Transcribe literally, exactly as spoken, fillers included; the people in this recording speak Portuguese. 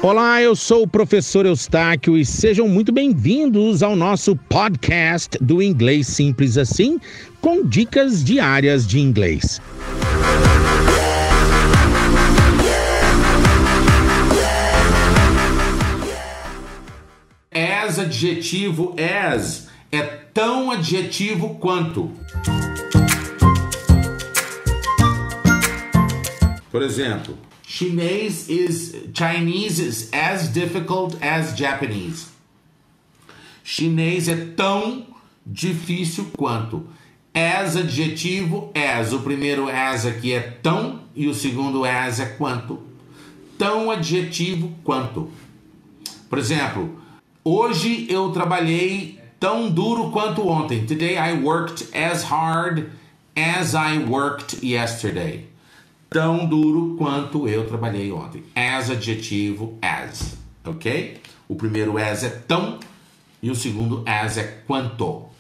Olá, eu sou o professor Eustáquio e sejam muito bem-vindos ao nosso podcast do Inglês Simples Assim, com dicas diárias de inglês. As, adjetivo, as, é tão adjetivo quanto. Por exemplo, Chinês is, Chinese is as difficult as Japanese. Chinês é tão difícil quanto. As, adjetivo, as. O primeiro as aqui é tão e o segundo as é quanto. Tão adjetivo quanto. Por exemplo, hoje eu trabalhei tão duro quanto ontem. Today I worked as hard as I worked yesterday. Tão duro quanto eu trabalhei ontem. As, adjetivo, as. Ok? O primeiro as é tão e o segundo as é quanto.